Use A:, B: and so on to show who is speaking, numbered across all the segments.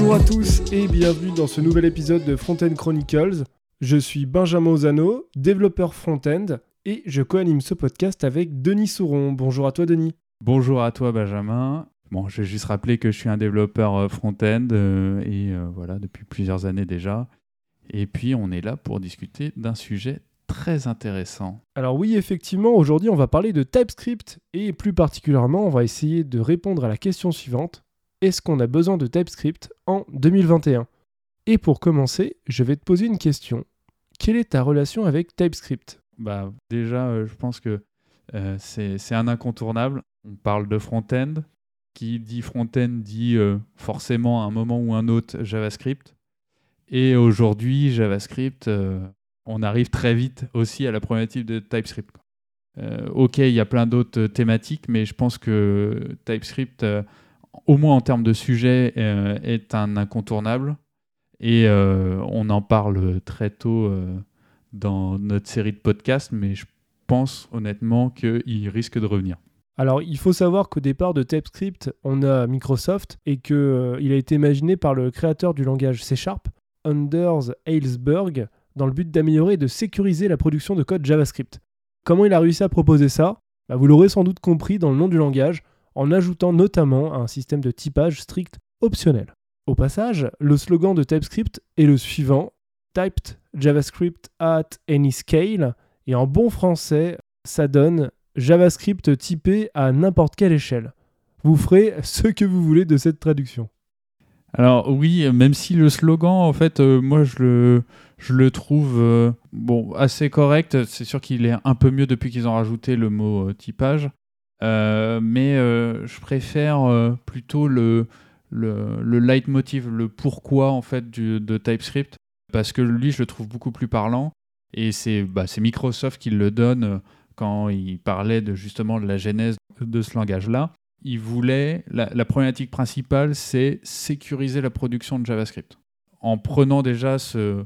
A: Bonjour à tous et bienvenue dans ce nouvel épisode de Front-End Chronicles. Je suis Benjamin Ozano, développeur front-end, et je co-anime ce podcast avec Denis Souron. Bonjour à toi Denis.
B: Bonjour à toi Benjamin. Bon, je vais juste rappeler que je suis un développeur front-end voilà, depuis plusieurs années déjà. Et puis on est là pour discuter d'un sujet très intéressant.
A: Alors oui, effectivement, aujourd'hui on va parler de TypeScript et plus particulièrement on va essayer de répondre à la question suivante. Est-ce qu'on a besoin de TypeScript en 2021 ? Et pour commencer, je vais te poser une question. Quelle est ta relation avec TypeScript ?
B: Déjà, je pense que c'est un incontournable. On parle de front-end. Qui dit front-end dit forcément à un moment ou un autre JavaScript. Et aujourd'hui, JavaScript, on arrive très vite aussi à la problématique de TypeScript. Ok, il y a plein d'autres thématiques, mais je pense que TypeScript, au moins en termes de sujet, est un incontournable. Et on en parle très tôt dans notre série de podcasts, mais je pense honnêtement qu'il risque de revenir.
A: Alors, il faut savoir qu'au départ de TypeScript, on a Microsoft et qu'il a été imaginé par le créateur du langage C#, Anders Hejlsberg, dans le but d'améliorer et de sécuriser la production de code JavaScript. Comment il a réussi à proposer ça ? Vous l'aurez sans doute compris dans le nom du langage, en ajoutant notamment un système de typage strict optionnel. Au passage, le slogan de TypeScript est le suivant, Typed JavaScript at any scale, et en bon français, ça donne JavaScript typé à n'importe quelle échelle. Vous ferez ce que vous voulez de cette traduction.
B: Alors oui, même si le slogan, en fait, moi je le trouve assez correct. C'est sûr qu'il est un peu mieux depuis qu'ils ont rajouté le mot typage. Mais je préfère plutôt le leitmotiv, le pourquoi en fait de TypeScript, parce que lui je le trouve beaucoup plus parlant et c'est Microsoft qui le donne quand il parlait justement de la genèse de ce langage-là. Il voulait, la problématique principale, c'est sécuriser la production de JavaScript. En prenant déjà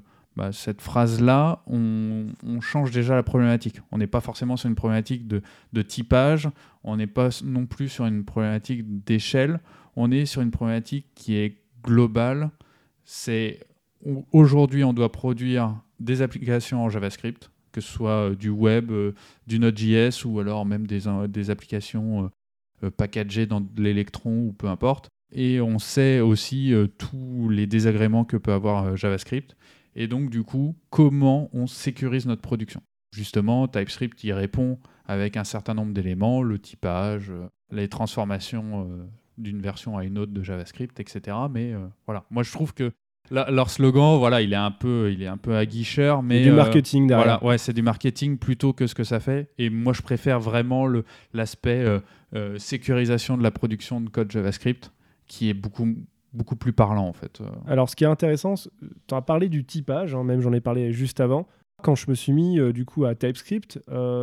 B: cette phrase-là, on change déjà la problématique. On n'est pas forcément sur une problématique de typage, on n'est pas non plus sur une problématique d'échelle, on est sur une problématique qui est globale. C'est aujourd'hui, on doit produire des applications en JavaScript, que ce soit du web, du Node.js ou alors même des applications packagées dans de l'Electron ou peu importe. Et on sait aussi tous les désagréments que peut avoir JavaScript. Et donc, du coup, comment on sécurise notre production ? Justement, TypeScript y répond avec un certain nombre d'éléments, le typage, les transformations d'une version à une autre de JavaScript, etc. Mais voilà, moi je trouve que leur slogan, voilà, il est un peu aguicheur, mais
A: du marketing derrière.
B: Voilà, ouais, c'est du marketing plutôt que ce que ça fait. Et moi, je préfère vraiment l'aspect sécurisation de la production de code JavaScript, qui est beaucoup plus parlant en fait.
A: Alors ce qui est intéressant, tu as parlé du typage, même j'en ai parlé juste avant. Quand je me suis mis du coup à TypeScript,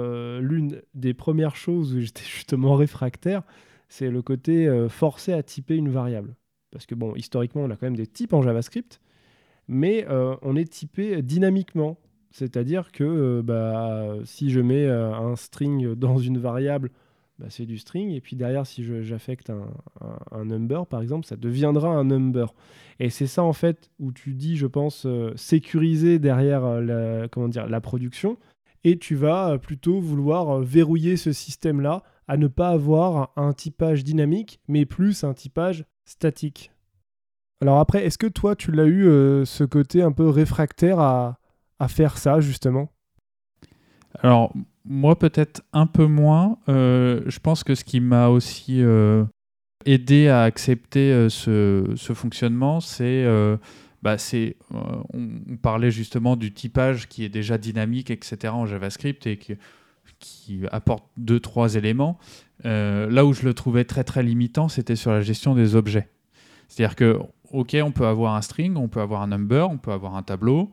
A: l'une des premières choses où j'étais justement réfractaire, c'est le côté forcé à typer une variable. Parce que bon, historiquement, on a quand même des types en JavaScript, mais on est typé dynamiquement. C'est-à-dire que si je mets un string dans une variable, c'est du string, et puis derrière, si j'affecte un number, par exemple, ça deviendra un number. Et c'est ça, en fait, où tu dis, je pense, sécuriser derrière la production, et tu vas plutôt vouloir verrouiller ce système-là à ne pas avoir un typage dynamique, mais plus un typage statique. Alors après, est-ce que toi, tu l'as eu, ce côté un peu réfractaire à faire ça, justement ?
B: Alors, moi, peut-être un peu moins. Je pense que ce qui m'a aussi aidé à accepter ce fonctionnement, on parlait justement du typage qui est déjà dynamique, etc. en JavaScript et qui apporte 2-3 éléments. Là où je le trouvais très, très limitant, c'était sur la gestion des objets. C'est-à-dire que, ok, on peut avoir un string, on peut avoir un number, on peut avoir un tableau.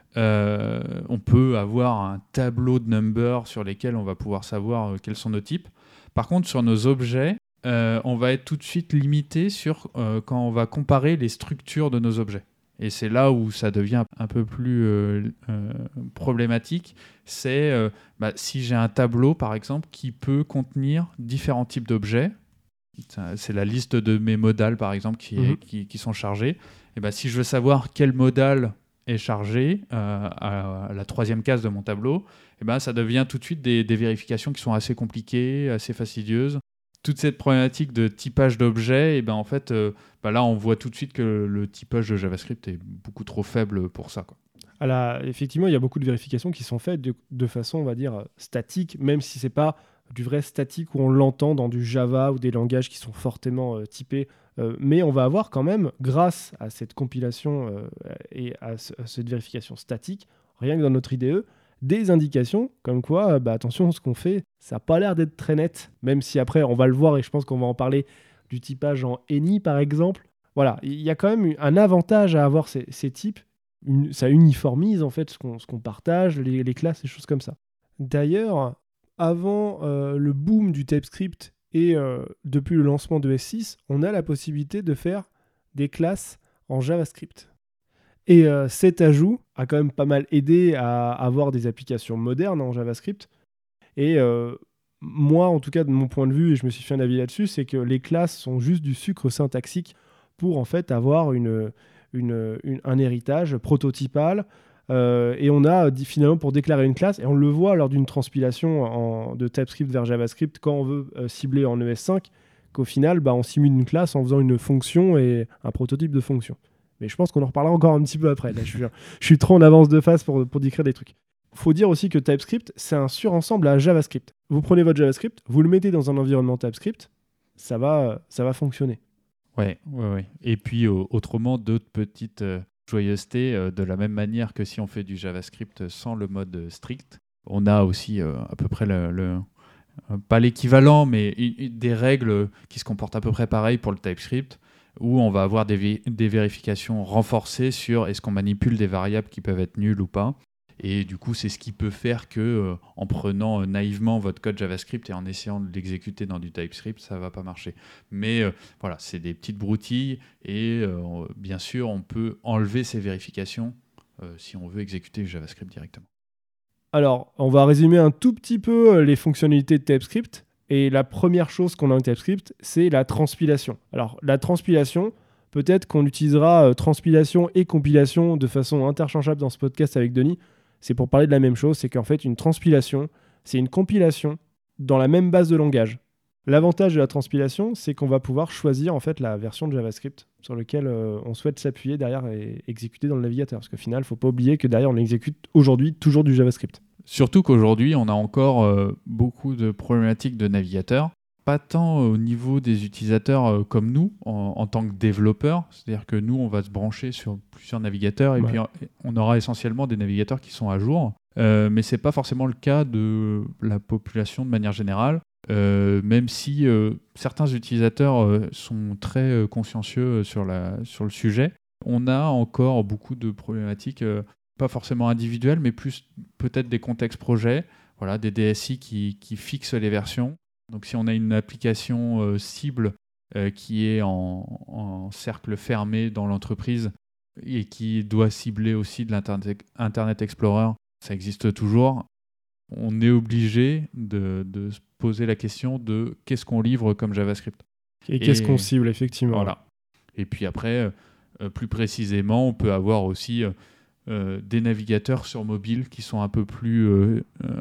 B: On peut avoir un tableau de numbers sur lesquels on va pouvoir savoir quels sont nos types. Par contre, sur nos objets, on va être tout de suite limité sur quand on va comparer les structures de nos objets. Et c'est là où ça devient un peu plus problématique. C'est si j'ai un tableau, par exemple, qui peut contenir différents types d'objets. C'est la liste de mes modales, par exemple, qui sont chargées. Et ben, si je veux savoir quel modal est chargé à la troisième case de mon tableau, et ben, ça devient tout de suite des vérifications qui sont assez compliquées, assez fastidieuses. Toute cette problématique de typage d'objets, et ben, en fait, là, on voit tout de suite que le typage de JavaScript est beaucoup trop faible pour ça, quoi.
A: Effectivement, il y a beaucoup de vérifications qui sont faites de façon, on va dire, statique, même si c'est pas du vrai statique où on l'entend dans du Java ou des langages qui sont fortement typés. Mais on va avoir quand même, grâce à cette compilation et à cette vérification statique, rien que dans notre IDE, des indications comme quoi, attention, ce qu'on fait, ça n'a pas l'air d'être très net, même si après, on va le voir et je pense qu'on va en parler du typage en ANY, par exemple. Voilà, il y a quand même un avantage à avoir ces types. Ça uniformise en fait ce qu'on partage, les classes, les choses comme ça. D'ailleurs, avant le boom du TypeScript et depuis le lancement de S6, on a la possibilité de faire des classes en JavaScript. Et cet ajout a quand même pas mal aidé à avoir des applications modernes en JavaScript. Et moi, en tout cas, de mon point de vue, et je me suis fait un avis là-dessus, c'est que les classes sont juste du sucre syntaxique pour en fait avoir un héritage prototypal. Et on a finalement pour déclarer une classe, et on le voit lors d'une transpilation de TypeScript vers JavaScript quand on veut cibler en ES5, qu'au final, on simule une classe en faisant une fonction et un prototype de fonction. Mais je pense qu'on en reparlera encore un petit peu après. Là, je suis trop en avance de phase pour décrire des trucs. Il faut dire aussi que TypeScript, c'est un surensemble à JavaScript. Vous prenez votre JavaScript, vous le mettez dans un environnement TypeScript, ça va fonctionner.
B: Ouais. Et puis, autrement, d'autres petites joyeusetés, de la même manière que si on fait du JavaScript sans le mode strict, on a aussi à peu près pas l'équivalent, mais des règles qui se comportent à peu près pareil pour le TypeScript, où on va avoir des vérifications renforcées sur est-ce qu'on manipule des variables qui peuvent être nulles ou pas. Et du coup, c'est ce qui peut faire que, en prenant naïvement votre code JavaScript et en essayant de l'exécuter dans du TypeScript, ça ne va pas marcher. Mais voilà, c'est des petites broutilles et bien sûr, on peut enlever ces vérifications si on veut exécuter le JavaScript directement.
A: Alors, on va résumer un tout petit peu les fonctionnalités de TypeScript. Et la première chose qu'on a en TypeScript, c'est la transpilation. Alors, la transpilation, peut-être qu'on utilisera transpilation et compilation de façon interchangeable dans ce podcast avec Denis. C'est pour parler de la même chose, c'est qu'en fait, une transpilation, c'est une compilation dans la même base de langage. L'avantage de la transpilation, c'est qu'on va pouvoir choisir en fait la version de JavaScript sur laquelle on souhaite s'appuyer derrière et exécuter dans le navigateur. Parce qu'au final, il ne faut pas oublier que derrière, on exécute aujourd'hui toujours du JavaScript.
B: Surtout qu'aujourd'hui, on a encore beaucoup de problématiques de navigateurs. Pas tant au niveau des utilisateurs comme nous, en tant que développeurs. C'est-à-dire que nous, on va se brancher sur plusieurs navigateurs et puis on aura essentiellement des navigateurs qui sont à jour. Mais ce n'est pas forcément le cas de la population de manière générale. Même si certains utilisateurs sont très consciencieux sur le sujet, on a encore beaucoup de problématiques, pas forcément individuelles, mais plus peut-être des contextes projets, voilà, des DSI qui fixent les versions. Donc si on a une application cible qui est en cercle fermé dans l'entreprise et qui doit cibler aussi de l'Internet Explorer, ça existe toujours. On est obligé de se poser la question de qu'est-ce qu'on livre comme JavaScript.
A: Et qu'est-ce qu'on cible, effectivement.
B: Voilà. Et puis après, plus précisément, on peut avoir aussi des navigateurs sur mobile qui sont un peu plus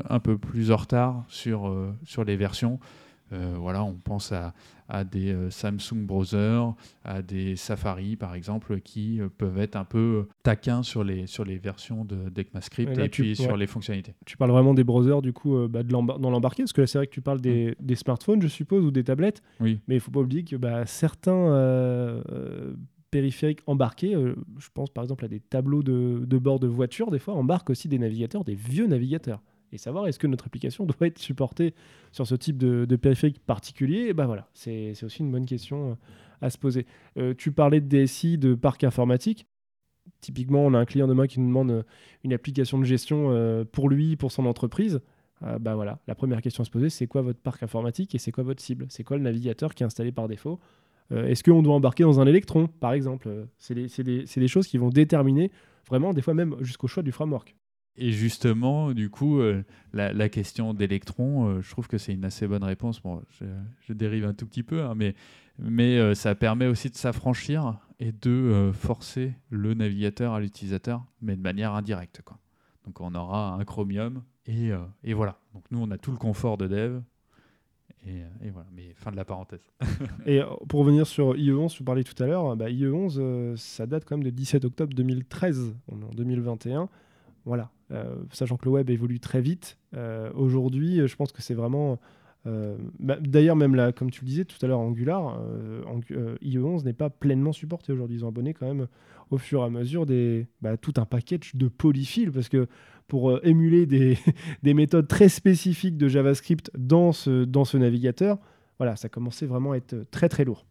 B: en retard sur les versions. Voilà, on pense à des Samsung Browser, à des Safari par exemple, qui peuvent être un peu taquins sur les versions d'ECMAScript et puis sur les fonctionnalités.
A: Tu parles vraiment des browsers du coup dans l'embarqué, parce que là c'est vrai que tu parles des smartphones, je suppose, ou des tablettes.
B: Oui.
A: Mais il ne faut pas oublier que certains périphériques embarqués, je pense par exemple à des tableaux de bord de voiture, des fois embarquent aussi des navigateurs, des vieux navigateurs. Et savoir est-ce que notre application doit être supportée sur ce type de périphérique particulier, et voilà, c'est aussi une bonne question à se poser. Tu parlais de DSI, de parc informatique. Typiquement, on a un client demain qui nous demande une application de gestion pour lui, pour son entreprise. Voilà, la première question à se poser, c'est quoi votre parc informatique et c'est quoi votre cible? C'est quoi le navigateur qui est installé par défaut? Est-ce qu'on doit embarquer dans un Electron, par exemple? C'est des choses qui vont déterminer vraiment, des fois même jusqu'au choix du framework.
B: Et justement, du coup, la question d'Electron, je trouve que c'est une assez bonne réponse. Bon, je dérive un tout petit peu, hein, mais ça permet aussi de s'affranchir et de forcer le navigateur à l'utilisateur, mais de manière indirecte, quoi. Donc on aura un Chromium et voilà. Donc nous, on a tout le confort de dev. Et voilà, mais fin de la parenthèse.
A: Et pour revenir sur IE11, tu parlais tout à l'heure, IE11, ça date quand même de 17 octobre 2013. On est en 2021. Voilà. Sachant que le web évolue très vite, aujourd'hui, je pense que c'est vraiment... d'ailleurs, même là, comme tu le disais tout à l'heure, Angular, IE11 n'est pas pleinement supporté aujourd'hui. Ils ont abonné quand même au fur et à mesure tout un package de polyfills, parce que pour émuler des méthodes très spécifiques de JavaScript dans ce navigateur, voilà, ça commençait vraiment à être très très lourd.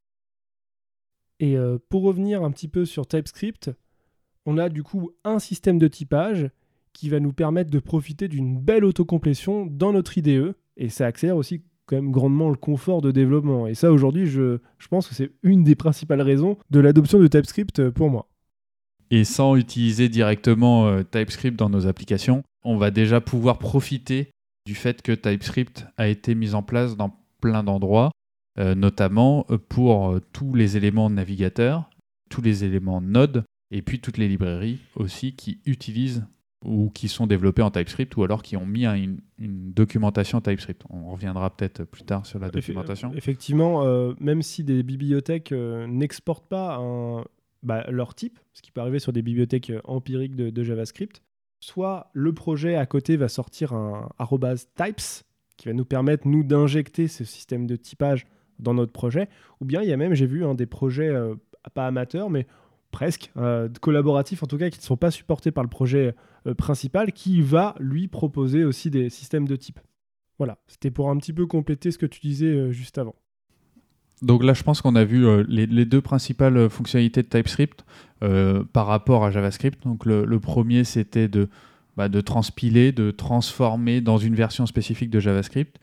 A: Et pour revenir un petit peu sur TypeScript, on a du coup un système de typage qui va nous permettre de profiter d'une belle autocomplétion dans notre IDE, et ça accélère aussi quand même grandement le confort de développement. Et ça, aujourd'hui, je pense que c'est une des principales raisons de l'adoption de TypeScript pour moi.
B: Et sans utiliser directement TypeScript dans nos applications, on va déjà pouvoir profiter du fait que TypeScript a été mis en place dans plein d'endroits, notamment pour tous les éléments navigateurs, tous les éléments Node, et puis toutes les librairies aussi qui utilisent ou qui sont développées en TypeScript, ou alors qui ont mis une documentation TypeScript. On reviendra peut-être plus tard sur la documentation.
A: Effectivement, même si des bibliothèques n'exportent pas leur type, ce qui peut arriver sur des bibliothèques empiriques de JavaScript, soit le projet à côté va sortir un @types qui va nous permettre, nous, d'injecter ce système de typage dans notre projet, ou bien il y a même, j'ai vu, des projets pas amateurs, mais presque collaboratifs en tout cas, qui ne sont pas supportés par le projet principal, qui va lui proposer aussi des systèmes de type. Voilà, c'était pour un petit peu compléter ce que tu disais juste avant.
B: Donc là, je pense qu'on a vu les deux principales fonctionnalités de TypeScript par rapport à JavaScript. Donc le premier, c'était de transpiler, de transformer dans une version spécifique de JavaScript.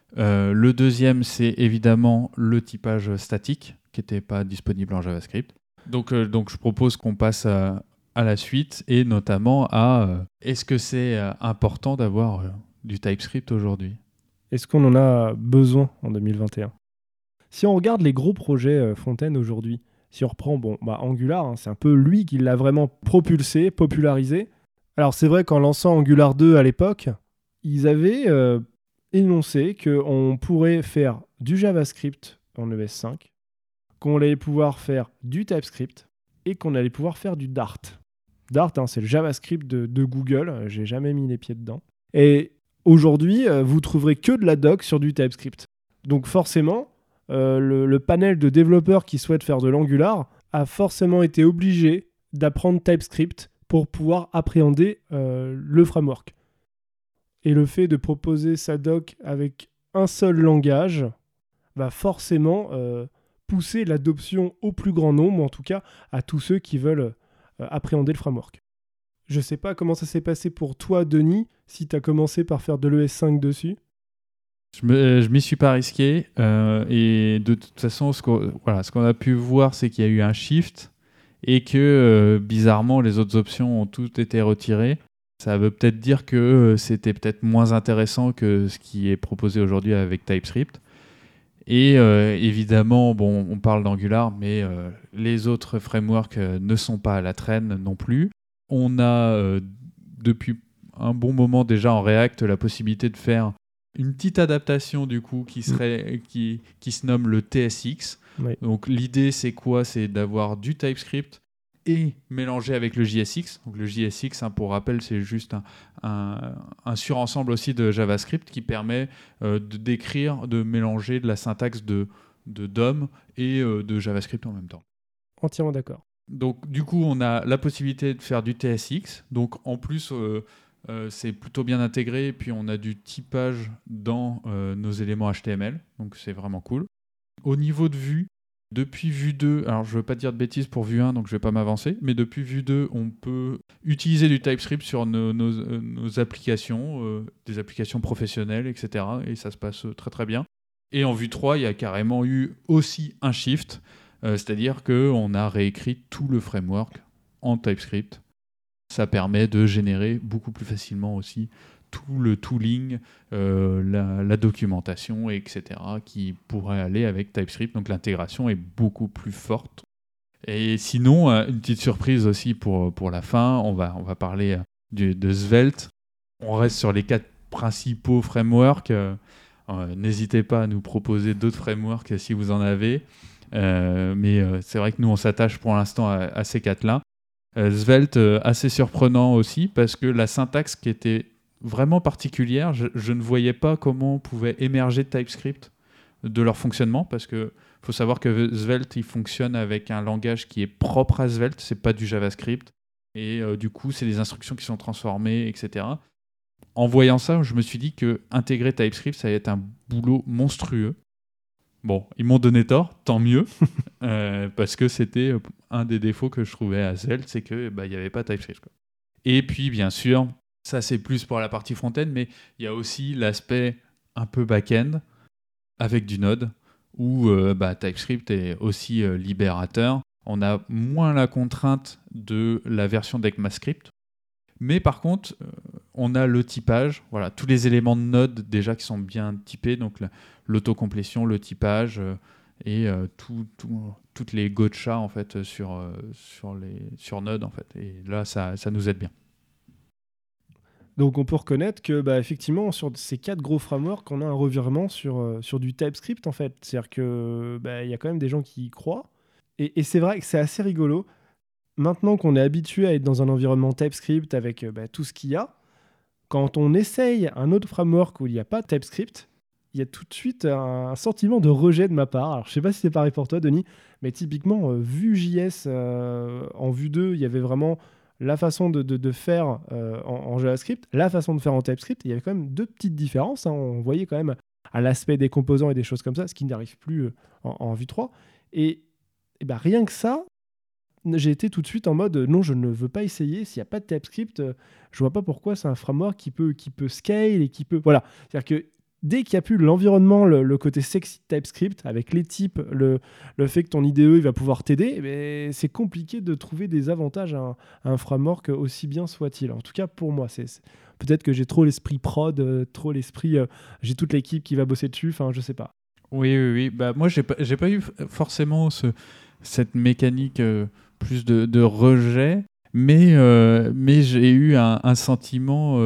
B: Le deuxième, c'est évidemment le typage statique, qui n'était pas disponible en JavaScript. Donc je propose qu'on passe à la suite, et notamment à est-ce que c'est important d'avoir du TypeScript aujourd'hui ?
A: Est-ce qu'on en a besoin en 2021 ? Si on regarde les gros projets front-end aujourd'hui, si on reprend Angular, c'est un peu lui qui l'a vraiment propulsé, popularisé. Alors c'est vrai qu'en lançant Angular 2 à l'époque, ils avaient énoncé qu'on pourrait faire du JavaScript en ES5, qu'on allait pouvoir faire du TypeScript et qu'on allait pouvoir faire du Dart. Dart, c'est le JavaScript de Google, j'ai jamais mis les pieds dedans. Et aujourd'hui, vous trouverez que de la doc sur du TypeScript. Donc forcément, le panel de développeurs qui souhaitent faire de l'Angular a forcément été obligé d'apprendre TypeScript pour pouvoir appréhender le framework. Et le fait de proposer sa doc avec un seul langage va forcément pousser l'adoption au plus grand nombre, en tout cas à tous ceux qui veulent appréhender le framework. Je ne sais pas comment ça s'est passé pour toi, Denis, si tu as commencé par faire de l'ES5 dessus.
B: Je m'y suis pas risqué, et de toute façon, ce qu'on a pu voir, c'est qu'il y a eu un shift et que bizarrement, les autres options ont toutes été retirées. Ça veut peut-être dire que c'était peut-être moins intéressant que ce qui est proposé aujourd'hui avec TypeScript. Et évidemment, on parle d'Angular, mais les autres frameworks ne sont pas à la traîne non plus. On a depuis un bon moment déjà en React la possibilité de faire une petite adaptation du coup qui se nomme le TSX.
A: Oui.
B: Donc l'idée c'est quoi ? C'est d'avoir du TypeScript et mélangé avec le JSX. Donc le JSX, pour rappel, c'est juste un surensemble aussi de JavaScript qui permet de mélanger de la syntaxe de DOM et de JavaScript en même temps.
A: Entièrement d'accord.
B: Donc du coup, on a la possibilité de faire du TSX. Donc en plus, c'est plutôt bien intégré. Et puis on a du typage dans nos éléments HTML. Donc c'est vraiment cool. Au niveau de Vue, depuis Vue 2, alors je ne veux pas dire de bêtises pour Vue 1, donc je ne vais pas m'avancer, mais depuis Vue 2, on peut utiliser du TypeScript sur nos applications, des applications professionnelles, etc. Et ça se passe très très bien. Et en Vue 3, il y a carrément eu aussi un shift, c'est-à-dire qu'on a réécrit tout le framework en TypeScript. Ça permet de générer beaucoup plus facilement aussi tout le tooling, la documentation, etc., qui pourrait aller avec TypeScript. Donc l'intégration est beaucoup plus forte. Et sinon, une petite surprise aussi pour la fin, on va parler de Svelte. On reste sur les 4 principaux frameworks. N'hésitez pas à nous proposer d'autres frameworks si vous en avez. Mais c'est vrai que nous, on s'attache pour l'instant à ces 4-là. Svelte, assez surprenant aussi, parce que la syntaxe qui était vraiment particulière, je ne voyais pas comment pouvait émerger TypeScript de leur fonctionnement, parce que faut savoir que Svelte, il fonctionne avec un langage qui est propre à Svelte, c'est pas du JavaScript, et du coup, c'est des instructions qui sont transformées, etc. En voyant ça, je me suis dit que intégrer TypeScript, ça allait être un boulot monstrueux. Bon, ils m'ont donné tort, tant mieux, parce que c'était un des défauts que je trouvais à Svelte, c'est qu'il n'y avait pas TypeScript, quoi. Et puis, bien sûr, ça c'est plus pour la partie front-end, mais il y a aussi l'aspect un peu back-end avec du Node, où TypeScript est aussi libérateur. On a moins la contrainte de la version d'ECMAScript, mais par contre, on a le typage, voilà, tous les éléments de Node déjà qui sont bien typés, donc l'autocomplétion, le typage et toutes les gotchas en fait sur Node en fait. Et là, ça nous aide bien.
A: Donc on peut reconnaître que effectivement sur ces 4 gros frameworks, on a un revirement sur du TypeScript en fait. C'est-à-dire que y a quand même des gens qui y croient. Et c'est vrai que c'est assez rigolo. Maintenant qu'on est habitué à être dans un environnement TypeScript avec tout ce qu'il y a, quand on essaye un autre framework où il n'y a pas de TypeScript, il y a tout de suite un sentiment de rejet de ma part. Alors je ne sais pas si c'est pareil pour toi, Denis, mais typiquement, Vue.js en Vue 2, il y avait vraiment la façon de faire en JavaScript, la façon de faire en TypeScript. Il y avait quand même 2 petites différences, hein. On voyait quand même à l'aspect des composants et des choses comme ça, ce qui n'arrive plus en Vue 3. Et rien que ça, j'ai été tout de suite en mode non, je ne veux pas essayer. S'il n'y a pas de TypeScript, je vois pas pourquoi c'est un framework qui peut scale et qui peut. Voilà. C'est-à-dire que dès qu'il n'y a plus l'environnement, le côté sexy de TypeScript, avec les types, le fait que ton IDE il va pouvoir t'aider, c'est compliqué de trouver des avantages à un framework aussi bien soit-il. En tout cas, pour moi, peut-être que j'ai trop l'esprit prod, trop l'esprit. J'ai toute l'équipe qui va bosser dessus, enfin, je sais pas.
B: Oui. Moi, j'ai pas eu forcément cette mécanique plus de rejet, mais j'ai eu un sentiment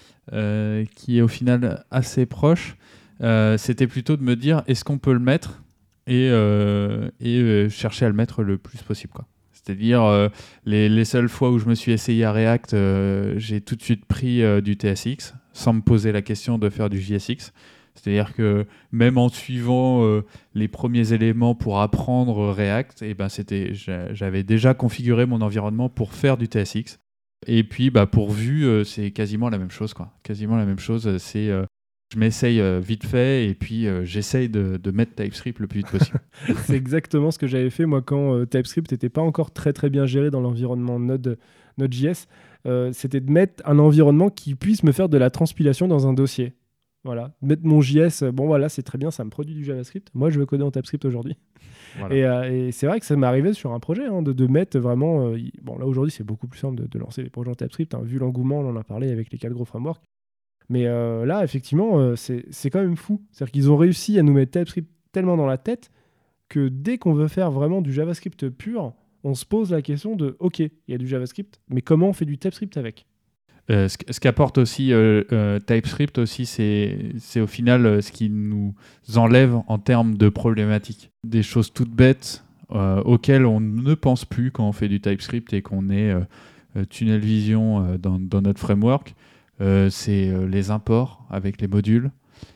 B: qui est au final assez proche. C'était plutôt de me dire, est-ce qu'on peut le mettre et chercher à le mettre le plus possible, quoi. C'est-à-dire, les seules fois où je me suis essayé à React, j'ai tout de suite pris du TSX, sans me poser la question de faire du JSX. C'est-à-dire que même en suivant les premiers éléments pour apprendre React, j'avais déjà configuré mon environnement pour faire du TSX. Et puis pour Vue, c'est quasiment la même chose, quoi. Quasiment la même chose. C'est je m'essaye vite fait et puis j'essaye de mettre TypeScript le plus vite possible.
A: C'est exactement ce que j'avais fait moi quand TypeScript n'était pas encore très très bien géré dans l'environnement Node.js. C'était de mettre un environnement qui puisse me faire de la transpilation dans un dossier. Voilà, mettre mon JS, c'est très bien, ça me produit du JavaScript. Moi, je veux coder en TypeScript aujourd'hui. Voilà. Et c'est vrai que ça m'est arrivé sur un projet de mettre vraiment... là, aujourd'hui, c'est beaucoup plus simple de lancer les projets en TypeScript. Vu l'engouement, on en a parlé avec les 4 gros frameworks. Mais là, effectivement, c'est quand même fou. C'est-à-dire qu'ils ont réussi à nous mettre TypeScript tellement dans la tête que dès qu'on veut faire vraiment du JavaScript pur, on se pose la question de « Ok, il y a du JavaScript, mais comment on fait du TypeScript avec ?»
B: Ce qu'apporte aussi TypeScript aussi, c'est au final ce qui nous enlève en termes de problématiques. Des choses toutes bêtes auxquelles on ne pense plus quand on fait du TypeScript et qu'on est tunnel vision dans notre framework. C'est les imports avec les modules.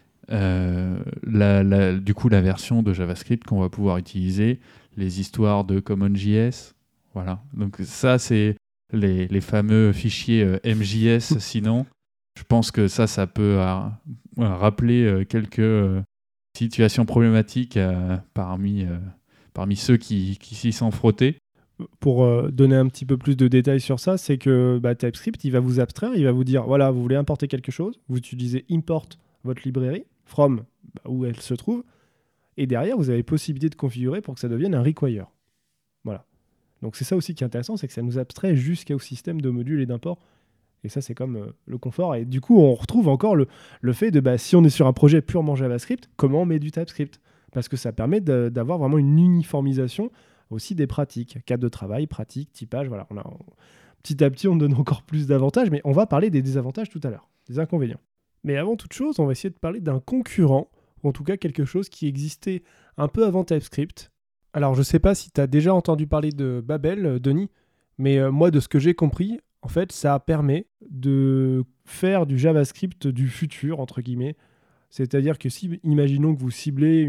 B: Du coup, la version de JavaScript qu'on va pouvoir utiliser, les histoires de CommonJS. Voilà. Donc ça, c'est les fameux fichiers MJS. Sinon, je pense que ça peut rappeler quelques situations problématiques parmi ceux qui s'y sont frottés.
A: Pour donner un petit peu plus de détails sur ça, c'est que TypeScript, il va vous abstraire, il va vous dire, voilà, vous voulez importer quelque chose, vous utilisez import votre librairie, from où elle se trouve, et derrière, vous avez possibilité de configurer pour que ça devienne un require. Voilà. Donc c'est ça aussi qui est intéressant, c'est que ça nous abstrait jusqu'au système de modules et d'import. Et ça, c'est comme le confort. Et du coup, on retrouve encore le fait de, si on est sur un projet purement JavaScript, comment on met du TypeScript ? Parce que ça permet d'avoir vraiment une uniformisation aussi des pratiques, cadre de travail, pratique, typage. Voilà, petit à petit, on donne encore plus d'avantages, mais on va parler des désavantages tout à l'heure, des inconvénients. Mais avant toute chose, on va essayer de parler d'un concurrent, ou en tout cas quelque chose qui existait un peu avant TypeScript. Alors, je ne sais pas si tu as déjà entendu parler de Babel, Denis, mais moi, de ce que j'ai compris, en fait, ça permet de faire du JavaScript du futur, entre guillemets. C'est-à-dire que si, imaginons que vous ciblez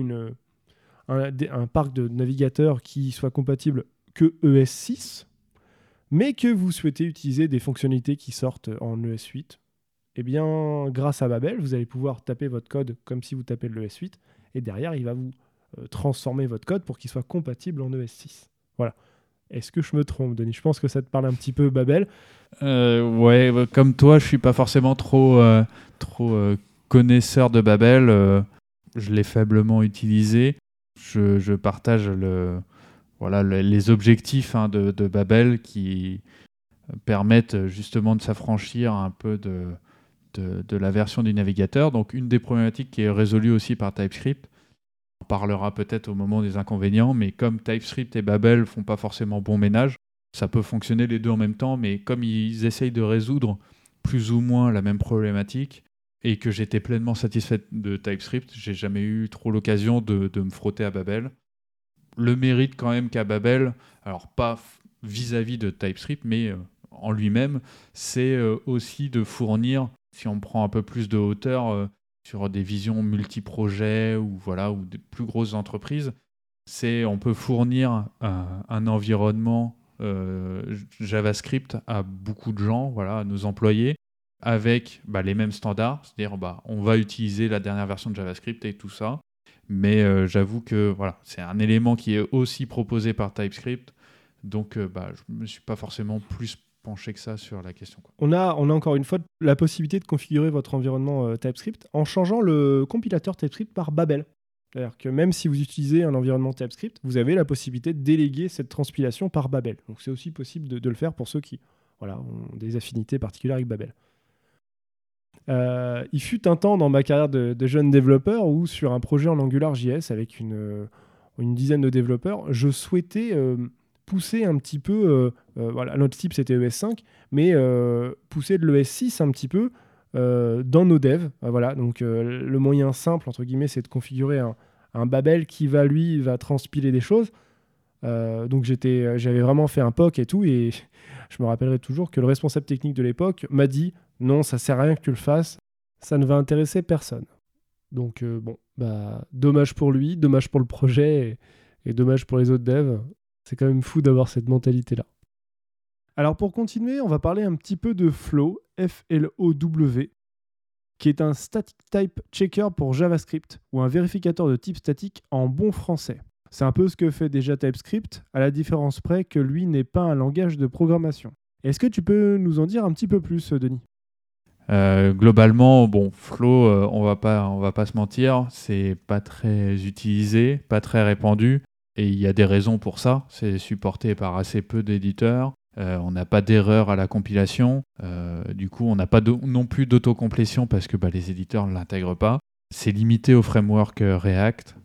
A: un parc de navigateurs qui soit compatible que ES6, mais que vous souhaitez utiliser des fonctionnalités qui sortent en ES8, eh bien, grâce à Babel, vous allez pouvoir taper votre code comme si vous tapez le ES8, et derrière, il va vous transformer votre code pour qu'il soit compatible en ES6. Voilà. Est-ce que je me trompe, Denis? Je pense que ça te parle un petit peu, Babel.
B: Ouais, comme toi, je suis pas forcément trop connaisseur de Babel. Je l'ai faiblement utilisé. Je partage les objectifs de Babel qui permettent justement de s'affranchir un peu de la version du navigateur. Donc une des problématiques qui est résolue aussi par TypeScript, on parlera peut-être au moment des inconvénients, mais comme TypeScript et Babel font pas forcément bon ménage, ça peut fonctionner les deux en même temps, mais comme ils essayent de résoudre plus ou moins la même problématique, et que j'étais pleinement satisfait de TypeScript, j'ai jamais eu trop l'occasion de me frotter à Babel. Le mérite quand même qu'a Babel, alors pas vis-à-vis de TypeScript, mais en lui-même, c'est aussi de fournir, si on prend un peu plus de hauteur sur des visions multi-projets ou des plus grosses entreprises, on peut fournir un environnement JavaScript à beaucoup de gens, à nos employés, avec les mêmes standards, c'est-à-dire on va utiliser la dernière version de JavaScript et tout ça, mais j'avoue que c'est un élément qui est aussi proposé par TypeScript, donc je ne me suis pas forcément plus penché que ça sur la question.
A: On a encore une fois la possibilité de configurer votre environnement TypeScript en changeant le compilateur TypeScript par Babel. C'est-à-dire que même si vous utilisez un environnement TypeScript, vous avez la possibilité de déléguer cette transpilation par Babel. Donc c'est aussi possible de le faire pour ceux qui ont des affinités particulières avec Babel. Il fut un temps dans ma carrière de jeune développeur où sur un projet en AngularJS avec une dizaine de développeurs, je souhaitais pousser un petit peu, notre type c'était ES5, mais pousser de l'ES6 un petit peu dans nos devs. Donc le moyen simple, entre guillemets, c'est de configurer un Babel qui va transpiler des choses. Donc j'avais vraiment fait un POC et tout, et je me rappellerai toujours que le responsable technique de l'époque m'a dit « Non, ça sert à rien que tu le fasses, ça ne va intéresser personne. » Donc dommage pour lui, dommage pour le projet, et dommage pour les autres devs. C'est quand même fou d'avoir cette mentalité-là. Alors pour continuer, on va parler un petit peu de Flow, F-L-O-W, qui est un static type checker pour JavaScript, ou un vérificateur de type statique en bon français. C'est un peu ce que fait déjà TypeScript, à la différence près que lui n'est pas un langage de programmation. Est-ce que tu peux nous en dire un petit peu plus, Denis ?
B: Globalement, Flow, on va pas se mentir, c'est pas très utilisé, pas très répandu, et il y a des raisons pour ça. C'est supporté par assez peu d'éditeurs. On n'a pas d'erreur à la compilation. Du coup, on n'a pas non plus d'autocomplétion parce que les éditeurs ne l'intègrent pas. C'est limité au framework React.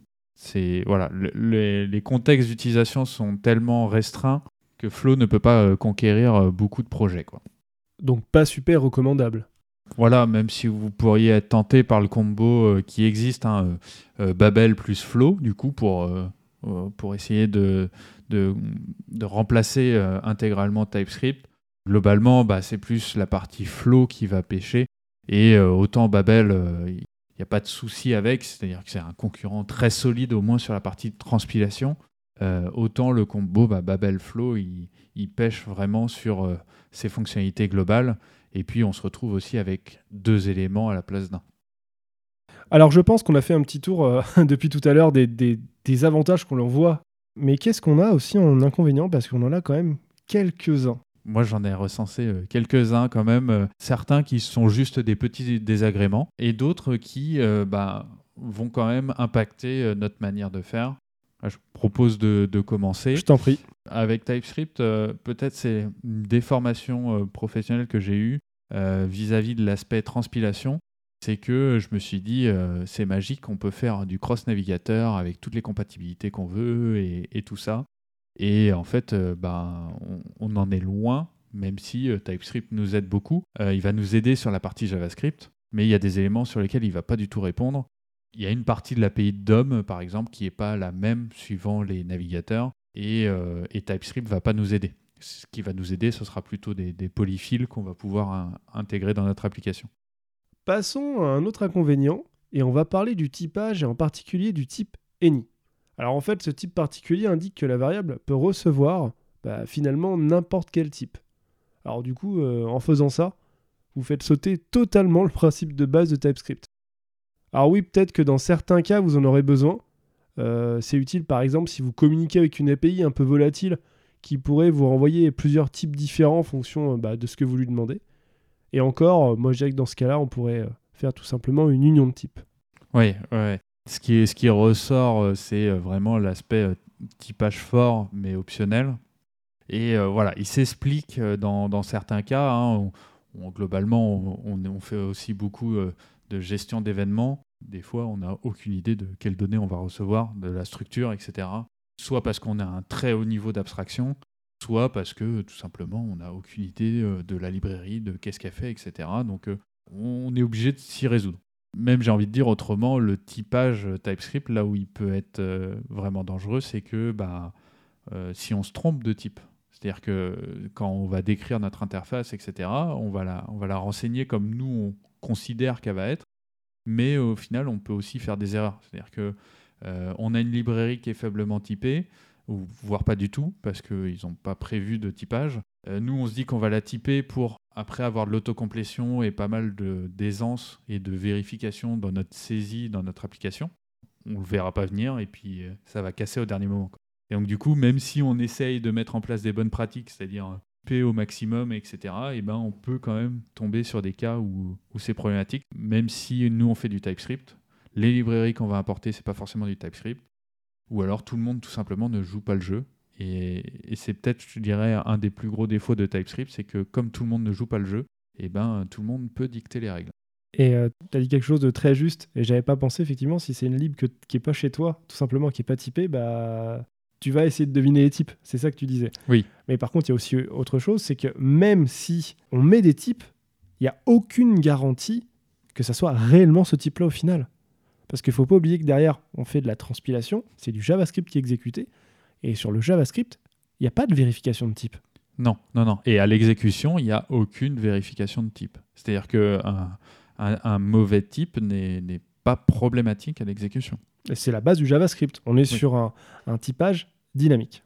B: Les contextes d'utilisation sont tellement restreints que Flow ne peut pas conquérir beaucoup de projets, quoi.
A: Donc pas super recommandable.
B: Voilà, même si vous pourriez être tenté par le combo qui existe, Babel plus Flow, du coup, pour essayer de remplacer intégralement TypeScript. Globalement, c'est plus la partie Flow qui va pêcher. Et autant Babel, il n'y a pas de souci avec, c'est-à-dire que c'est un concurrent très solide, au moins sur la partie de transpilation. Autant le combo Babel-Flow, il pêche vraiment sur ses fonctionnalités globales. Et puis, on se retrouve aussi avec deux éléments à la place d'un.
A: Alors, je pense qu'on a fait un petit tour depuis tout à l'heure des avantages qu'on leur voit. Mais qu'est-ce qu'on a aussi en inconvénient ? Parce qu'on en a quand même quelques-uns.
B: Moi, j'en ai recensé quelques-uns quand même. Certains qui sont juste des petits désagréments et d'autres qui vont quand même impacter notre manière de faire. Je propose de commencer.
A: Je t'en prie.
B: Avec TypeScript, peut-être c'est une déformation professionnelle que j'ai eue vis-à-vis de l'aspect transpilation. C'est que je me suis dit, c'est magique, on peut faire du cross-navigateur avec toutes les compatibilités qu'on veut et tout ça. Et en fait, on en est loin, même si TypeScript nous aide beaucoup. Il va nous aider sur la partie JavaScript, mais il y a des éléments sur lesquels il ne va pas du tout répondre. Il y a une partie de l'API de DOM, par exemple, qui n'est pas la même suivant les navigateurs, et TypeScript ne va pas nous aider. Ce qui va nous aider, ce sera plutôt des polyfills qu'on va pouvoir intégrer dans notre application.
A: Passons à un autre inconvénient, et on va parler du typage, et en particulier du type any. Alors en fait, ce type particulier indique que la variable peut recevoir finalement n'importe quel type. Alors du coup, en faisant ça, vous faites sauter totalement le principe de base de TypeScript. Alors oui, peut-être que dans certains cas, vous en aurez besoin. C'est utile par exemple si vous communiquez avec une API un peu volatile qui pourrait vous renvoyer plusieurs types différents en fonction de ce que vous lui demandez. Et encore, moi je dirais que dans ce cas-là, on pourrait faire tout simplement une union de types.
B: Oui. Ce qui ressort, c'est vraiment l'aspect typage fort, mais optionnel. Et voilà, il s'explique dans certains cas. Globalement, on fait aussi beaucoup de gestion d'événements. Des fois, on n'a aucune idée de quelles données on va recevoir, de la structure, etc. Soit parce qu'on a un très haut niveau d'abstraction, soit parce que tout simplement, on n'a aucune idée de la librairie, de qu'est-ce qu'elle fait, etc. Donc, on est obligé de s'y résoudre. Même, j'ai envie de dire autrement, le typage TypeScript, là où il peut être vraiment dangereux, c'est que si on se trompe de type, c'est-à-dire que quand on va décrire notre interface, etc., on va la renseigner comme nous, on considère qu'elle va être, mais au final, on peut aussi faire des erreurs. C'est-à-dire que on a une librairie qui est faiblement typée, ou voire pas du tout, parce qu'ils n'ont pas prévu de typage. Nous, on se dit qu'on va la typer pour, après, avoir de l'autocomplétion et pas mal d'aisance et de vérification dans notre saisie, dans notre application. On ne le verra pas venir, et puis ça va casser au dernier moment, quoi. Et donc du coup, même si on essaye de mettre en place des bonnes pratiques, c'est-à-dire P au maximum, etc., on peut quand même tomber sur des cas où c'est problématique, même si nous on fait du TypeScript. Les librairies qu'on va importer, c'est pas forcément du TypeScript. Ou alors tout le monde tout simplement ne joue pas le jeu. Et c'est peut-être, je dirais, un des plus gros défauts de TypeScript, c'est que comme tout le monde ne joue pas le jeu, tout le monde peut dicter les règles.
A: Et tu as dit quelque chose de très juste, et j'avais pas pensé effectivement, si c'est une lib qui est pas chez toi, tout simplement qui est pas typée, tu vas essayer de deviner les types, c'est ça que tu disais.
B: Oui.
A: Mais par contre, il y a aussi autre chose, c'est que même si on met des types, il n'y a aucune garantie que ça soit réellement ce type-là au final. Parce qu'il ne faut pas oublier que derrière, on fait de la transpilation, c'est du JavaScript qui est exécuté, et sur le JavaScript, il n'y a pas de vérification de type.
B: Non. Et à l'exécution, il n'y a aucune vérification de type. C'est-à-dire qu'un mauvais type n'est pas problématique à l'exécution.
A: Et c'est la base du JavaScript. On est sur un typage dynamique.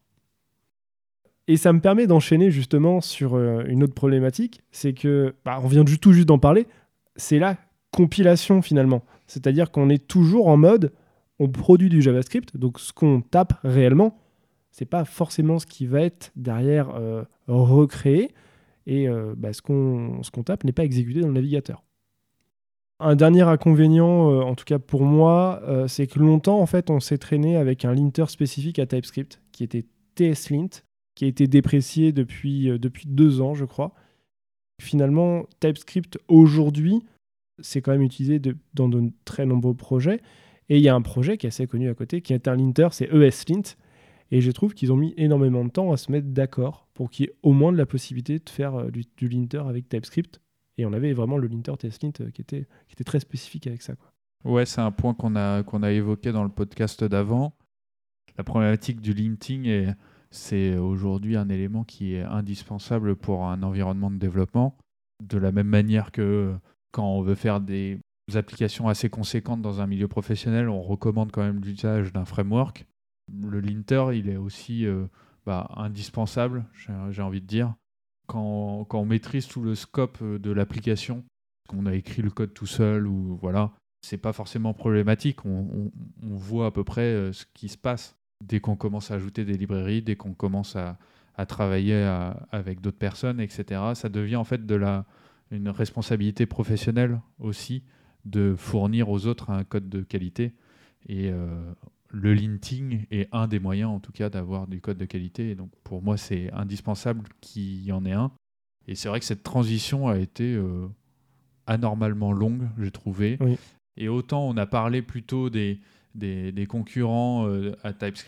A: Et ça me permet d'enchaîner justement sur une autre problématique, c'est que, on vient tout juste d'en parler, c'est la compilation finalement. C'est-à-dire qu'on est toujours en mode, on produit du JavaScript, donc ce qu'on tape réellement, c'est pas forcément ce qui va être derrière recréé, et ce qu'on tape n'est pas exécuté dans le navigateur. Un dernier inconvénient, en tout cas pour moi, c'est que longtemps, en fait, on s'est traîné avec un linter spécifique à TypeScript, qui était TSLint, qui a été déprécié depuis 2 ans, je crois. Finalement, TypeScript, aujourd'hui, c'est quand même utilisé dans de très nombreux projets. Et il y a un projet qui est assez connu à côté, qui est un linter, c'est ESLint. Et je trouve qu'ils ont mis énormément de temps à se mettre d'accord pour qu'il y ait au moins de la possibilité de faire du linter avec TypeScript. Et on avait vraiment le linter TSLint qui était très spécifique avec ça, quoi.
B: Ouais, c'est un point qu'on a évoqué dans le podcast d'avant. La problématique du linting, c'est aujourd'hui un élément qui est indispensable pour un environnement de développement. De la même manière que quand on veut faire des applications assez conséquentes dans un milieu professionnel, on recommande quand même l'usage d'un framework. Le linter, il est aussi indispensable, j'ai envie de dire. Quand on maîtrise tout le scope de l'application, qu'on a écrit le code tout seul, ou voilà, c'est pas forcément problématique. On voit à peu près ce qui se passe dès qu'on commence à ajouter des librairies, dès qu'on commence à travailler avec d'autres personnes, etc. Ça devient en fait une responsabilité professionnelle aussi de fournir aux autres un code de qualité. Et le linting est un des moyens, en tout cas, d'avoir du code de qualité. Et donc, pour moi, c'est indispensable qu'il y en ait un. Et c'est vrai que cette transition a été anormalement longue, j'ai trouvé.
A: Oui.
B: Et autant on a parlé plutôt des concurrents à TypeScript,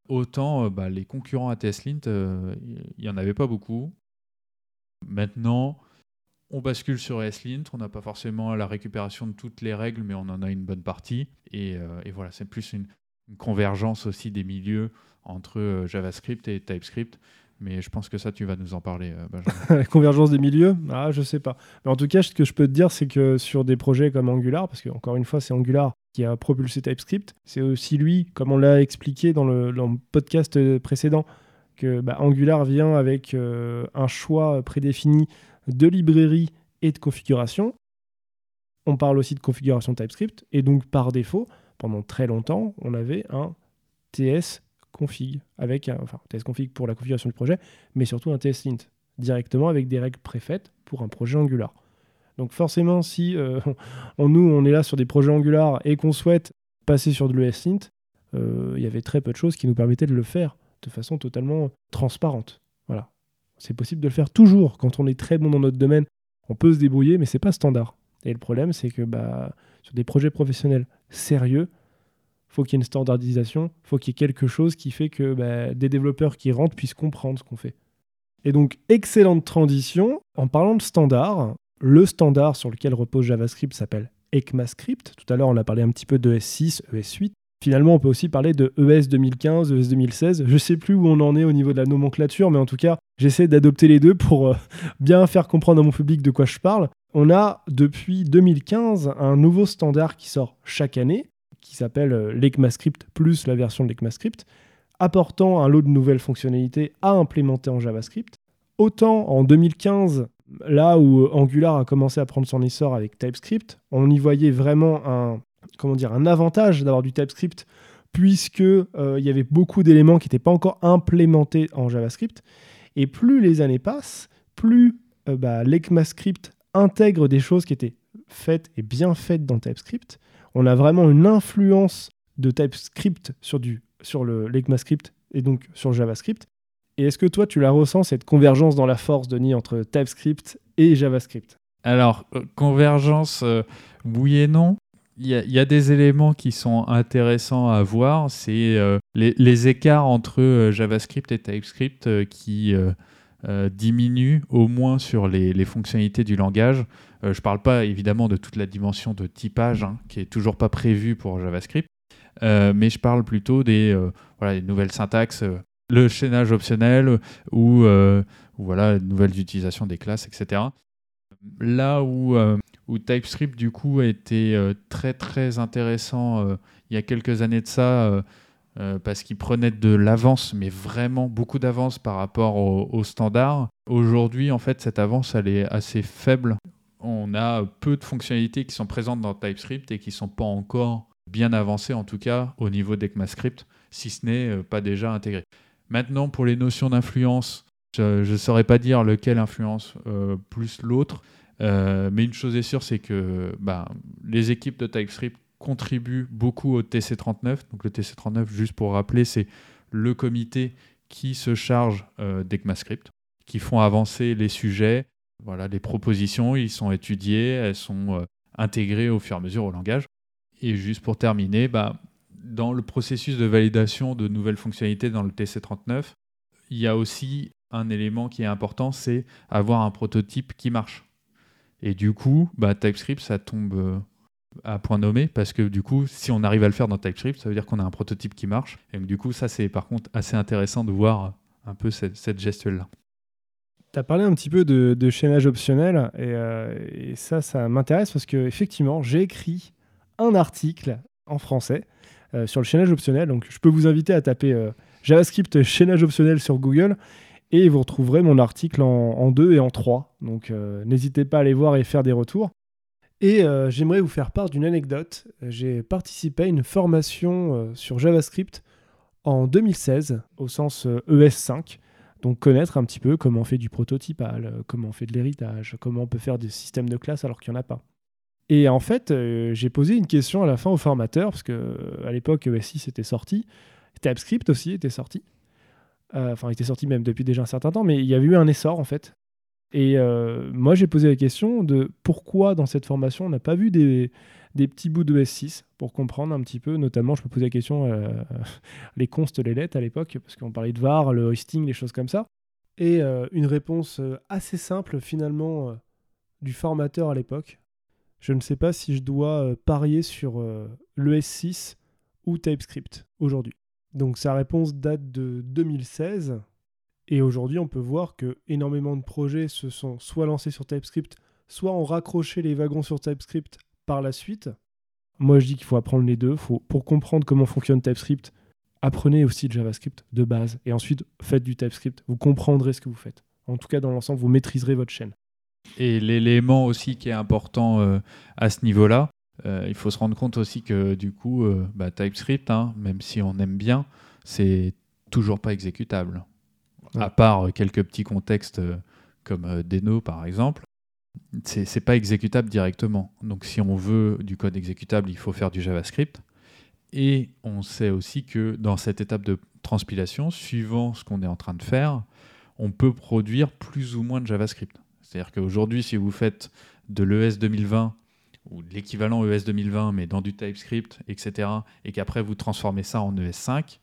B: autant les concurrents à TSLint, il n'y en avait pas beaucoup. Maintenant, on bascule sur ESLint, on n'a pas forcément la récupération de toutes les règles, mais on en a une bonne partie. Et voilà, c'est plus une convergence aussi des milieux entre JavaScript et TypeScript. Mais je pense que ça, tu vas nous en parler, Benjamin.
A: La convergence des milieux, je sais pas. Mais en tout cas, ce que je peux te dire, c'est que sur des projets comme Angular, parce que encore une fois, c'est Angular qui a propulsé TypeScript, c'est aussi lui, comme on l'a expliqué dans le podcast précédent, que Angular vient avec un choix prédéfini de librairie et de configuration. On parle aussi de configuration TypeScript, et donc par défaut, pendant très longtemps, on avait un TS config, avec TS config pour la configuration du projet, mais surtout un TSLint, directement avec des règles préfaites pour un projet Angular. Donc forcément, si on est là sur des projets Angular et qu'on souhaite passer sur de l'ESLint, il y avait très peu de choses qui nous permettaient de le faire de façon totalement transparente. Voilà. C'est possible de le faire toujours. Quand on est très bon dans notre domaine, on peut se débrouiller, mais c'est pas standard. Et le problème, c'est que sur des projets professionnels sérieux, faut qu'il y ait une standardisation, faut qu'il y ait quelque chose qui fait que des développeurs qui rentrent puissent comprendre ce qu'on fait. Et donc, excellente transition. En parlant de standard, le standard sur lequel repose JavaScript s'appelle ECMAScript. Tout à l'heure, on a parlé un petit peu de ES6, ES8. Finalement, on peut aussi parler de ES 2015, ES 2016. Je ne sais plus où on en est au niveau de la nomenclature, mais en tout cas, j'essaie d'adopter les deux pour bien faire comprendre à mon public de quoi je parle. On a, depuis 2015, un nouveau standard qui sort chaque année, qui s'appelle l'ECMAScript plus la version de l'ECMAScript, apportant un lot de nouvelles fonctionnalités à implémenter en JavaScript. Autant en 2015, là où Angular a commencé à prendre son essor avec TypeScript, on y voyait vraiment un avantage d'avoir du TypeScript, puisque y avait beaucoup d'éléments qui n'étaient pas encore implémentés en JavaScript. Et plus les années passent, plus l'ECMAScript intègre des choses qui étaient faites et bien faites dans TypeScript. On a vraiment une influence de TypeScript sur l'ECMAScript et donc sur JavaScript. Et est-ce que toi, tu la ressens, cette convergence dans la force, Denis, entre TypeScript et JavaScript ?
B: Alors, convergence, oui et non. Il y a des éléments qui sont intéressants à voir. C'est les écarts entre JavaScript et TypeScript qui diminuent au moins sur les fonctionnalités du langage. Je ne parle pas évidemment de toute la dimension de typage qui n'est toujours pas prévue pour JavaScript, mais je parle plutôt des nouvelles syntaxes, le chaînage optionnel ou les nouvelles utilisations des classes, etc. Là où TypeScript du coup a été très très intéressant il y a quelques années de ça, parce qu'il prenait de l'avance, mais vraiment beaucoup d'avance par rapport au standard. Aujourd'hui, en fait, cette avance, elle est assez faible. On a peu de fonctionnalités qui sont présentes dans TypeScript et qui ne sont pas encore bien avancées, en tout cas au niveau d'ECMAScript, si ce n'est pas déjà intégré. Maintenant, pour les notions d'influence, je ne saurais pas dire lequel influence plus l'autre, mais une chose est sûre, c'est que les équipes de TypeScript contribuent beaucoup au TC39. Donc le TC39, juste pour rappeler, c'est le comité qui se charge d'ECMAScript, qui font avancer les sujets. Voilà, les propositions, ils sont étudiées, elles sont intégrées au fur et à mesure au langage. Et juste pour terminer, dans le processus de validation de nouvelles fonctionnalités dans le TC39, il y a aussi un élément qui est important, c'est avoir un prototype qui marche. Et du coup, TypeScript, ça tombe à point nommé, parce que du coup, si on arrive à le faire dans TypeScript, ça veut dire qu'on a un prototype qui marche. Et donc, du coup, ça, c'est par contre assez intéressant de voir un peu cette gestuelle-là.
A: Tu as parlé un petit peu de chaînage optionnel, et ça m'intéresse parce qu'effectivement, j'ai écrit un article en français sur le chaînage optionnel. Donc, je peux vous inviter à taper JavaScript chaînage optionnel sur Google, et vous retrouverez mon article en 2 et en 3. Donc, n'hésitez pas à aller voir et faire des retours. Et j'aimerais vous faire part d'une anecdote. J'ai participé à une formation sur JavaScript en 2016, au sens ES5. Donc connaître un petit peu comment on fait du prototypage, comment on fait de l'héritage, comment on peut faire des systèmes de classes alors qu'il n'y en a pas. Et en fait, j'ai posé une question à la fin au formateur, parce qu'à l'époque, ES6 était sorti, TypeScript aussi était sorti. Il était sorti même depuis déjà un certain temps, mais il y avait eu un essor en fait. Et moi, j'ai posé la question de pourquoi dans cette formation, on n'a pas vu des des petits bouts de S6 pour comprendre un petit peu. Notamment, je me posais la question, les const, les lettres à l'époque, parce qu'on parlait de var, le hoisting, les choses comme ça. Et une réponse assez simple finalement du formateur à l'époque. Je ne sais pas si je dois parier sur le S6 ou TypeScript aujourd'hui. Donc sa réponse date de 2016. Et aujourd'hui, on peut voir que énormément de projets se sont soit lancés sur TypeScript, soit ont raccroché les wagons sur TypeScript par la suite. Moi, je dis qu'il faut apprendre les deux. Pour comprendre comment fonctionne TypeScript, apprenez aussi le JavaScript de base. Et ensuite, faites du TypeScript. Vous comprendrez ce que vous faites. En tout cas, dans l'ensemble, vous maîtriserez votre chaîne.
B: Et l'élément aussi qui est important à ce niveau-là, il faut se rendre compte aussi que du coup, TypeScript, même si on aime bien, c'est toujours pas exécutable. Ouais. À part quelques petits contextes comme Deno par exemple, c'est pas exécutable directement. Donc si on veut du code exécutable, il faut faire du JavaScript. Et on sait aussi que dans cette étape de transpilation, suivant ce qu'on est en train de faire, on peut produire plus ou moins de JavaScript. C'est-à-dire qu'aujourd'hui, si vous faites de l'ES 2020 ou de l'équivalent ES 2020, mais dans du TypeScript, etc., et qu'après vous transformez ça en ES5,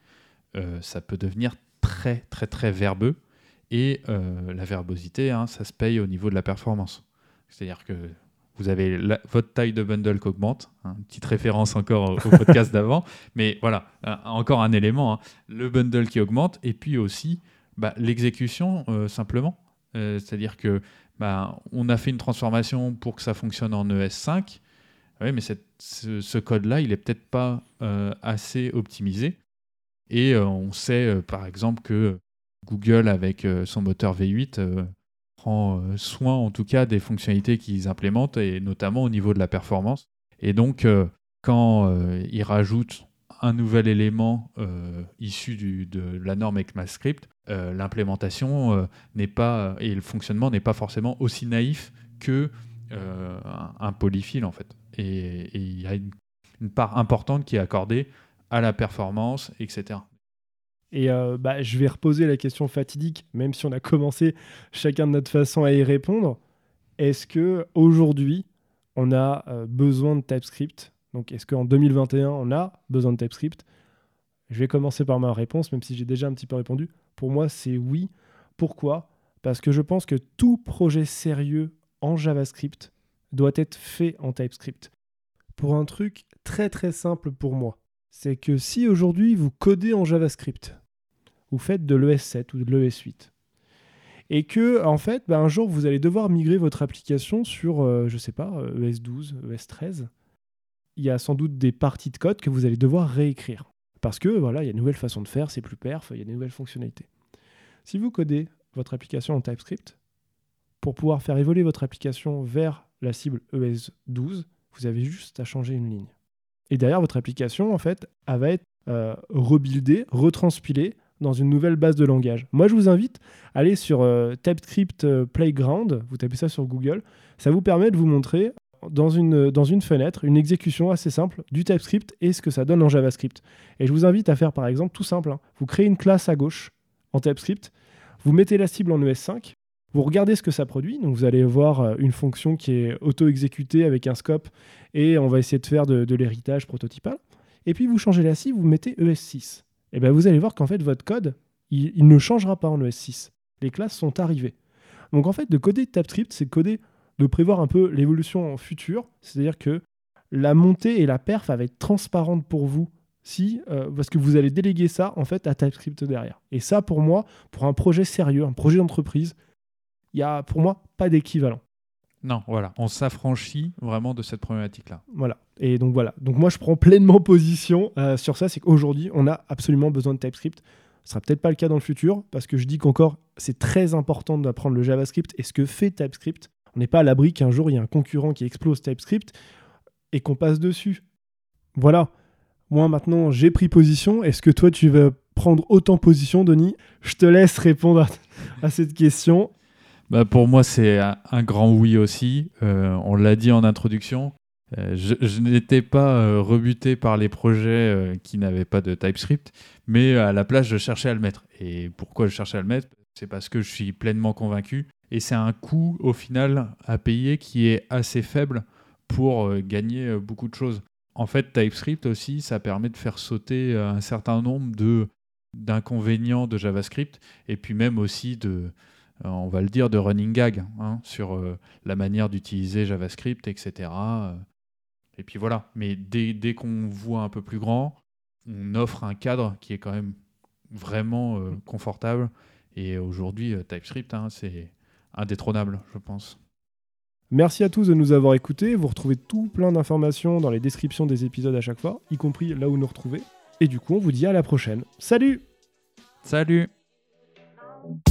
B: ça peut devenir très, très, très verbeux. Et la verbosité, ça se paye au niveau de la performance. C'est-à-dire que vous avez votre taille de bundle qui augmente, une petite référence encore au podcast d'avant, mais voilà, encore un élément, le bundle qui augmente, et puis aussi l'exécution simplement. C'est-à-dire que on a fait une transformation pour que ça fonctionne en ES5, oui, mais ce code-là, il n'est peut-être pas assez optimisé. Et on sait par exemple que Google, avec son moteur V8, prend soin en tout cas des fonctionnalités qu'ils implémentent, et notamment au niveau de la performance. Et donc, quand ils rajoutent un nouvel élément issu de la norme ECMAScript, l'implémentation n'est pas, et le fonctionnement n'est pas forcément aussi naïf que un polyfill en fait. Et il y a une part importante qui est accordée à la performance, etc.
A: Et je vais reposer la question fatidique, même si on a commencé chacun de notre façon à y répondre. Est-ce qu'aujourd'hui, on a besoin de TypeScript ? Donc, est-ce qu'en 2021, on a besoin de TypeScript ? Je vais commencer par ma réponse, même si j'ai déjà un petit peu répondu. Pour moi, c'est oui. Pourquoi ? Parce que je pense que tout projet sérieux en JavaScript doit être fait en TypeScript. Pour un truc très très simple pour moi. C'est que si aujourd'hui vous codez en JavaScript, vous faites de l'ES7 ou de l'ES8, et que en fait, un jour vous allez devoir migrer votre application sur, ES12, ES13, il y a sans doute des parties de code que vous allez devoir réécrire. Parce que voilà, il y a une nouvelle façon de faire, c'est plus perf, il y a des nouvelles fonctionnalités. Si vous codez votre application en TypeScript, pour pouvoir faire évoluer votre application vers la cible ES12, vous avez juste à changer une ligne. Et derrière, votre application, en fait, elle va être rebuildée, retranspilée dans une nouvelle base de langage. Moi, je vous invite à aller sur TypeScript Playground, vous tapez ça sur Google, ça vous permet de vous montrer dans une fenêtre une exécution assez simple du TypeScript et ce que ça donne en JavaScript. Et je vous invite à faire, par exemple, tout simple, vous créez une classe à gauche en TypeScript, vous mettez la cible en ES5, vous regardez ce que ça produit, donc vous allez voir une fonction qui est auto-exécutée avec un scope, et on va essayer de faire de l'héritage prototypal. Et puis vous changez la cible, vous mettez ES6. Et bien vous allez voir qu'en fait votre code, il ne changera pas en ES6. Les classes sont arrivées. Donc en fait, de coder TypeScript, c'est de prévoir un peu l'évolution en futur, c'est-à-dire que la montée et la perf va être transparente pour vous, parce que vous allez déléguer ça en fait à TypeScript derrière. Et ça, pour moi, pour un projet sérieux, un projet d'entreprise, il n'y a pour moi pas d'équivalent.
B: Non, voilà, on s'affranchit vraiment de cette problématique-là.
A: Voilà, et donc voilà. Donc moi, je prends pleinement position sur ça, c'est qu'aujourd'hui, on a absolument besoin de TypeScript. Ce sera peut-être pas le cas dans le futur, parce que je dis qu'encore, c'est très important d'apprendre le JavaScript et ce que fait TypeScript. On n'est pas à l'abri qu'un jour, il y a un concurrent qui explose TypeScript et qu'on passe dessus. Voilà. Moi, maintenant, j'ai pris position. Est-ce que toi, tu vas prendre autant position, Denis ? Je te laisse répondre à cette question.
B: Pour moi, c'est un grand oui aussi. On l'a dit en introduction. Je n'étais pas rebuté par les projets qui n'avaient pas de TypeScript, mais à la place, je cherchais à le mettre. Et pourquoi je cherchais à le mettre ? C'est parce que je suis pleinement convaincu. Et c'est un coût, au final, à payer qui est assez faible pour gagner beaucoup de choses. En fait, TypeScript aussi, ça permet de faire sauter un certain nombre d'inconvénients de JavaScript, et puis même aussi on va le dire, de running gag sur la manière d'utiliser JavaScript, etc. Et puis voilà. Mais dès qu'on voit un peu plus grand, on offre un cadre qui est quand même vraiment confortable. Et aujourd'hui, TypeScript, c'est indétrônable, je pense.
A: Merci à tous de nous avoir écoutés. Vous retrouvez tout plein d'informations dans les descriptions des épisodes à chaque fois, y compris là où nous retrouver. Et du coup, on vous dit à la prochaine. Salut!
B: Salut!